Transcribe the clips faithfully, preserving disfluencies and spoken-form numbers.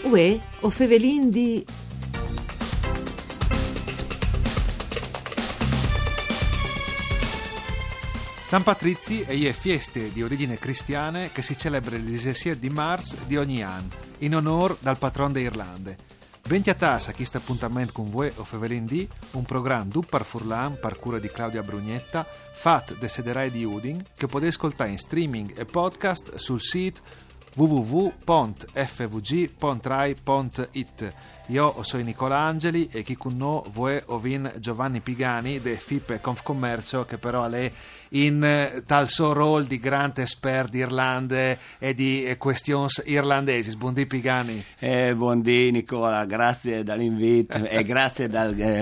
Uè, o fevelin di... San Patrizi è le feste di origine cristiane che si celebra il diciassette di marzo di ogni anno, in onore dal patron de Irlande. Venti a tassa a questo appuntamento con voi o fevelin di, un programma du par Furlan, par cura di Claudia Brugnetta, fatto de Sederai di Udin, che potete ascoltare in streaming e podcast sul sito w w w punto f v g punto rai punto i t. Io sono Nicola Angeli e chi con noi vuoi ovin Giovanni Pigani de F I P e Confcommercio, che però è in tal suo rol di grande esperto di Irlande e di questions irlandesi. Buondì Pigani. Eh, buondì Nicola, grazie dall'invito e grazie dal eh,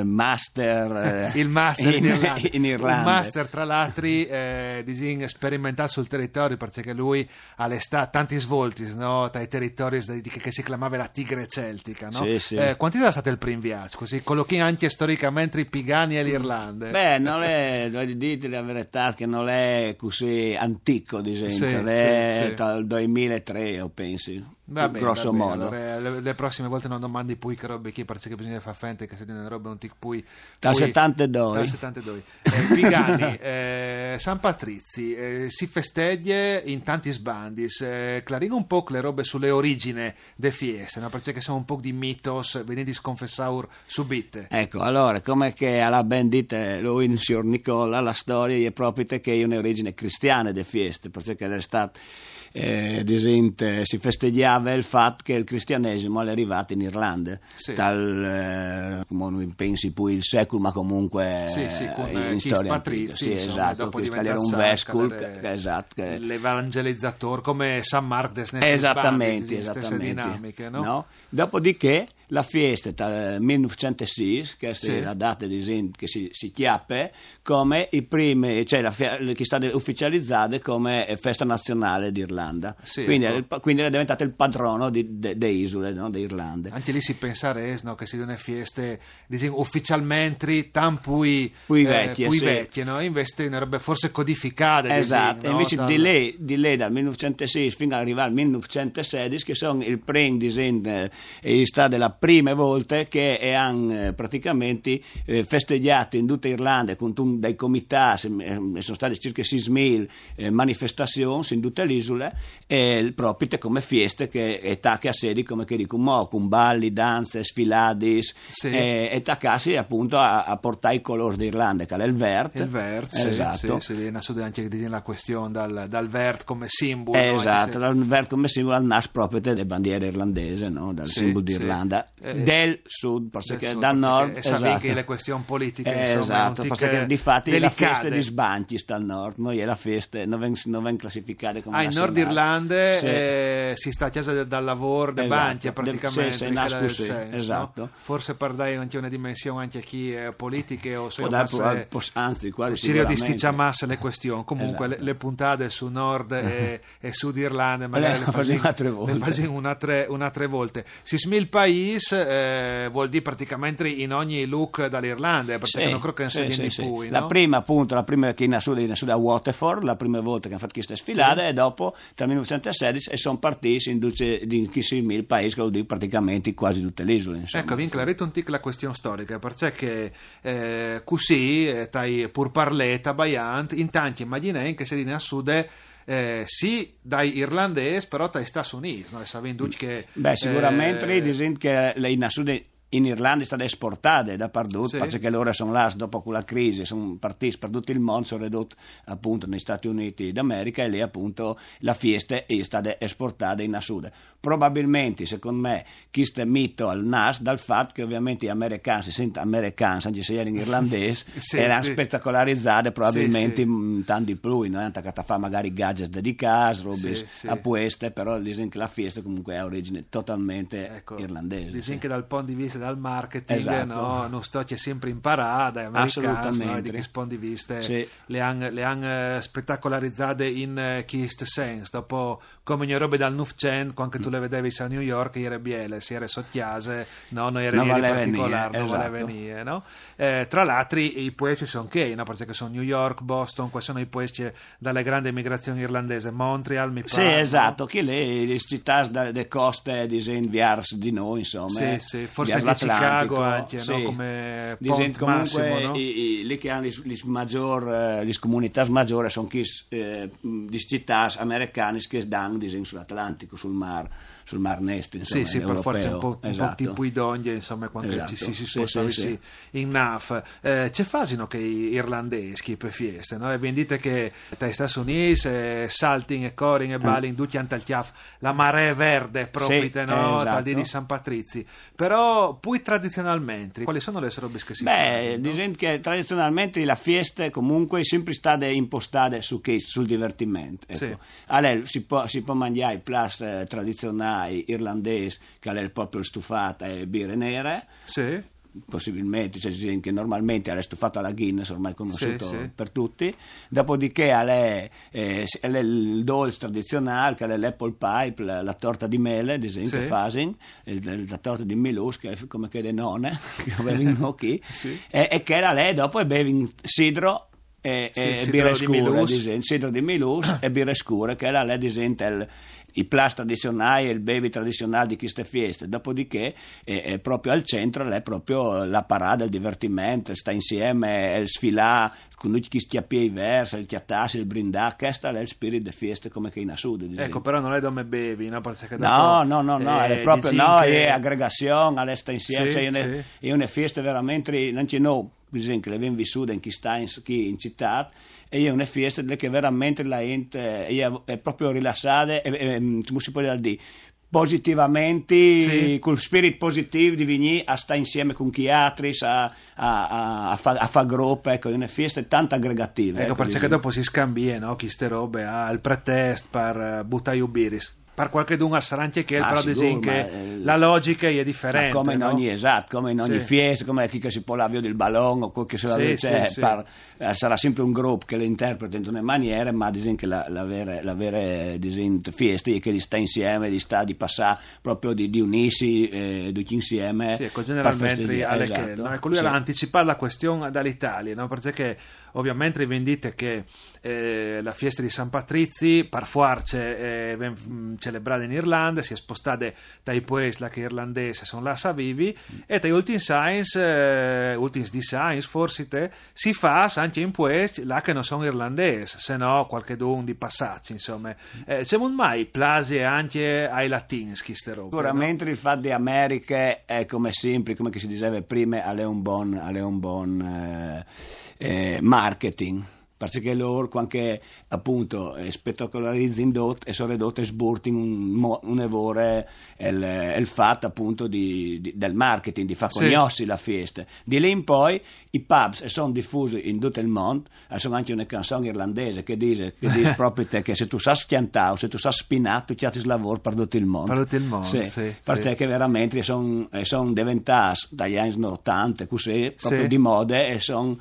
master eh, il master in, in, Irlanda. in Irlanda. Un master tra l'altro eh, di sperimentare sul territorio, perché lui all'estate tanti svolti, no? Dai territori che si chiamava la tigre celtica, no? Sì, sì. Eh, quanti era stato il primo viaggio? Così collochi anche storicamente i Pigani e l'Irlanda. Beh, non è, devo dire la verità che non è così antico, di esempio, sì, è sì, sì. dal duemilatré, io penso. Va bene, grosso va bene. modo. Allora, le, le prossime volte non domandi poi che robe chi, perché bisogna fare fente che se ne robe un tic poi dal poi, settantadue dal settantadue eh, Pigani, eh, San Patrizi eh, si festeggia in tanti sbandis, eh, clariga un po' le robe sulle origini de fieste, no? Perché sono un po' di mitos venite sconfessaur subite. Ecco, allora, come che alla ben dite lui in signor Nicola, la storia è proprio che è un'origine cristiana de fieste, perché è stato Eh, disente, si festeggiava il fatto che il cristianesimo è arrivato in Irlanda, sì. dal eh, come non pensi poi il secolo, ma comunque sì, sì, con eh, in Chis storia Patrizi, sì, insomma, esatto, dopo che era un diventa vescovo Sarkar, che, esatto, che... l'evangelizzatore come San Mark des esattamente, Bandi, esattamente. dinamiche, no? No? Dopodiché la festa del millenovecentosei, che sì. è la data di che si, si chiappe come i primi, cioè la, che è stata ufficializzata come festa nazionale d'Irlanda, sì, quindi, ecco. è, quindi è diventato il padrono di, de, de isole, no? De Irlande. Anche lì si pensare no, che si danno feste diciamo, ufficialmente tan pui, pui eh, vecchie, pui sì. vecchie no? Invece una roba forse codificate, esatto, diciamo, invece no? di, lei, di lei dal millenovecentosei fino ad arrivare al millenovecentosedici, che sono il primo disegno è stata la prima volta che hanno praticamente eh, festeggiato in tutta Irlanda con un, dei comitati, eh, sono state circa seimila eh, manifestazioni in tutte le isole, e proprio come feste che è tacca a sedi come che dico mo, con balli, danze, sfiladis, sì. e, e taccasi appunto a, a portare i colori d'Irlanda, che è il verde. Il verde, esatto. sì, sì, viene anche la questione dal, dal verde come simbolo. Esatto, no? dal verde come simbolo al nas proprio delle bandiere irlandese, no? Dal sì, simbolo sì. d'Irlanda. Eh, del sud, perché del sud, dal perché nord, e sapete esatto. che le questioni politiche eh, insomma esatto, non perché di fatti delicate. la festa di sbanchi sta al nord, noi è la festa non vengono classificate come ah, in Nord Irlanda sì. eh, si sta a casa dal lavoro de esatto. Banchi praticamente sì, sì, nasco, sì, senso, esatto. No? Forse per dare anche una dimensione anche a chi è politiche o se masse, anzi quasi si disticciamasse le questioni comunque esatto. le, le puntate su Nord e, e Sud Irlanda magari le, le facciamo un'altre, un'altre volte si smil il paese eh, vuol dire praticamente in ogni look dall'Irlanda perché sì, non credo che sì, sì, sì, sì. Pui, la no? prima appunto la prima che in assoluto in assoluto a Waterford la prima volta che hanno fatto queste sfilate sì. E dopo tra millenovecentosedici e sono partiti in il paese che lo dico praticamente quasi tutte le isole insomma. Ecco, vi inclarete un tic la questione storica perché eh, così eh, tai pur parleta baiant in tanti immaginei che si a sud Eh, sì, dai irlandesi, però dai Stati Uniti, no? Che, beh, sicuramente eh, dicono che le in assoluto in Irlanda è stata esportata dappertutto sì. Perché loro sono là dopo quella crisi sono partiti per tutto il mondo, sono ridotti appunto negli Stati Uniti d'America e lì appunto la festa è stata esportata in assoluto. Probabilmente secondo me questo mito al nas dal fatto che ovviamente gli americani si sentono americani anche se erano irlandesi sì, erano sì. spettacolarizzate probabilmente sì, sì. tanti di più no? Anche a fare magari gadgets dedicati robe sì, sì. a queste però dicono che la festa comunque ha origine totalmente ecco, irlandese dicono sì. che dal punto di vista dal marketing, esatto. no? Non sto c'è sempre imparare dai americani, no? Di che spunti di vista sì. le hanno le han spettacolarizzate in uh, questo senso. Dopo come ogni robe dal Novecento, quando tu le vedevi a New York, era biele, si era sottiase, no? Non era non niente vale particolare, venire, non esatto. vale venire, no? Eh, tra l'altro i paesi sono che, no? Perché sono New York, Boston, questi sono i paesi dalle grandi migrazioni irlandese, Montreal, mi pare. Sì, esatto, che le, le città dalle coste di Viars di noi, insomma. Sì, sì, forse anche Chicago anche, sì. no? Come Disent, Pont comunque, Massimo, no? i, i, lì che hanno le maggior, le comunità maggiori sono chi eh, di città americane che danno disegno sull'Atlantico, sul mar, sul mar Nest, insomma, sì, sì, per forza un po', esatto. un po' tipo i doglie, insomma, quando esatto. ci si, si sì, sposta sì, sì. in N A F. Eh, c'è fasino che gli irlandesi per fieste, no? E vi dite che tra gli Stati Uniti eh, salting e coring e balling, tutti hanno al chiaf la marea verde proprio, sì, no? esatto. Dal dì di San Patrizzi. Però poi tradizionalmente quali sono le robe che si Beh, fanno? No? Che tradizionalmente la fiesta comunque è sempre stata impostata su che, sul divertimento. Ecco. Sì. Allora, si può, si può mangiare i plas eh, tradizionali irlandesi, che è proprio stufata e birre nere. Sì. Possibilmente, c'è gente che normalmente è stufato alla Guinness, ormai conosciuto sì, sì. per tutti. Dopodiché è, eh, è il dolce tradizionale, che è l'apple pie, la, la torta di mele, ad esempio, sì. Fasin, la torta di Milus, che è come che le nonne, che bevono qui, sì. e, e che era lei dopo e bevi sidro e, sì, e birre scure, di sidro di Milus e birre scure, che era lei, ad esempio, il, i plas tradizionali e il baby tradizionale di queste feste. Dopodiché è, è proprio al centro è proprio la parata, il divertimento, sta insieme, il sfilà con lui chi schiappia i versi, il chiattarsi, il brindà, questo è il spirito delle feste come che in Sud. Ecco, però non è come bevi, no? Perché no, no, no, no, eh, è proprio no, che... è aggregazione, è sta insieme, sì, cioè, sì. è, è una festa veramente, non c'è no, per esempio, le abbiamo vissute in chi sta in, chi in città, e è una festa che veramente la gente è, è proprio rilassata e, e come si può dire positivamente, sì. Col spirito positivo di venire a stare insieme con chi altri, a, a, a, a fare fa gruppo, ecco, è una festa tanto aggregativa. Ecco, ecco, perché diciamo. Dopo si scambia, no? Chi ste robe al pretest per uh, buttare i biris. Per qualche d'un al saranche che, ah, però sicuro, che eh, la logica è differente. Come in no? ogni esatto, come in ogni sì. fiesta, come chi che si può l'avvio del ballon o quel che se la sì, cioè, sì, par, sì. eh, sarà sempre un gruppo che le interpreta in una maniera, ma disegno che la, la vera, la vera disegno, fiesta è che di sta insieme, di sta di passare proprio di, di unirsi eh, tutti insieme. Sì, ecco, generalmente alle esatto. che, no? Ecco, lui sì. ha anticipato la questione dall'Italia, no? Perché ovviamente vi dite che eh, la fiesta di San Patrizzi per forze eh, celebrata in Irlanda, si è spostata dai paesi che irlandesi sono là a vivi mm. e dai ultimi science, eh, ultimi di science forse te, si fa anche in paesi là che non sono irlandesi, se no qualche don di passaggi, insomma. Eh, c'è mai plasi anche ai latinski ste robe? Sicuramente no? Il fatto di America è come sempre, come si diceva prima, è un buon, è un buon eh, eh, marketing. Perché loro anche appunto spettacolarizzano dot e sono ridotte sburti un, un evore il, il fatto appunto di, di, del marketing di far conoscere sì. la festa. Di lì in poi i pubs sono diffusi in tutto il mondo, sono anche una canzone irlandese che dice, che dice proprio te che se tu sai schiantare, se tu sai spinare, tu ci lavoro per tutto il mondo. Per tutto il mondo, sì. sì, sì perché sì. veramente sono son diventati dagli anni ottanta così proprio sì. di moda e sono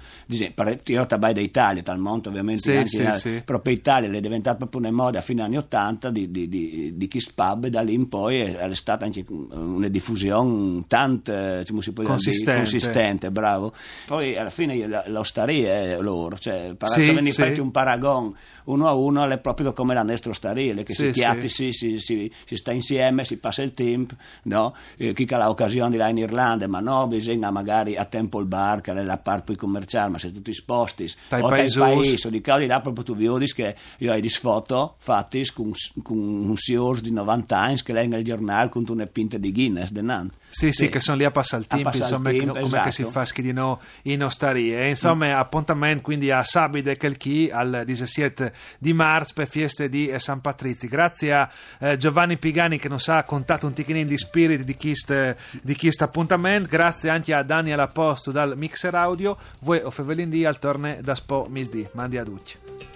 io tabai d'Italia tal mondo ovviamente sì, anche sì, in, sì. proprio Italia è diventata proprio una moda a fine anni ottanta di, di, di, di Kiss Pub e da lì in poi è, è stata anche una diffusione tanto come si può dire, consistente. consistente bravo. Poi alla fine l'osteria è loro, cioè per sì, venire sì. fatti un paragone uno a uno è proprio come la nostra osteria che sì, si chiatti sì. si, si, si, si sta insieme, si passa il tempo, no? Eh, chi ha l'occasione di là in Irlanda ma no, bisogna magari a Temple Bar che è la parte poi commerciale, ma se tutti sposti dai o paesi paese di casi là proprio tu vedi che io hai di sfoto fatti con, con un signor di novanta anni che legge il giornale con una pinta di Guinness denant. Sì, sì, sì, che sono lì a passare il tempo, insomma, tempo, come esatto. che si fa schidino in osterie. Insomma, mm. appuntamento quindi a Sabide Kelchi al diciassette di marzo per feste di San Patrizzi. Grazie a eh, Giovanni Pigani che nos ha contato un ticchinin di spirit di questo di questo appuntamento. Grazie anche a Daniel Aposto dal Mixer Audio. Voi o Fevelin di al torne da Spo Misdi. Mandi a Ducci.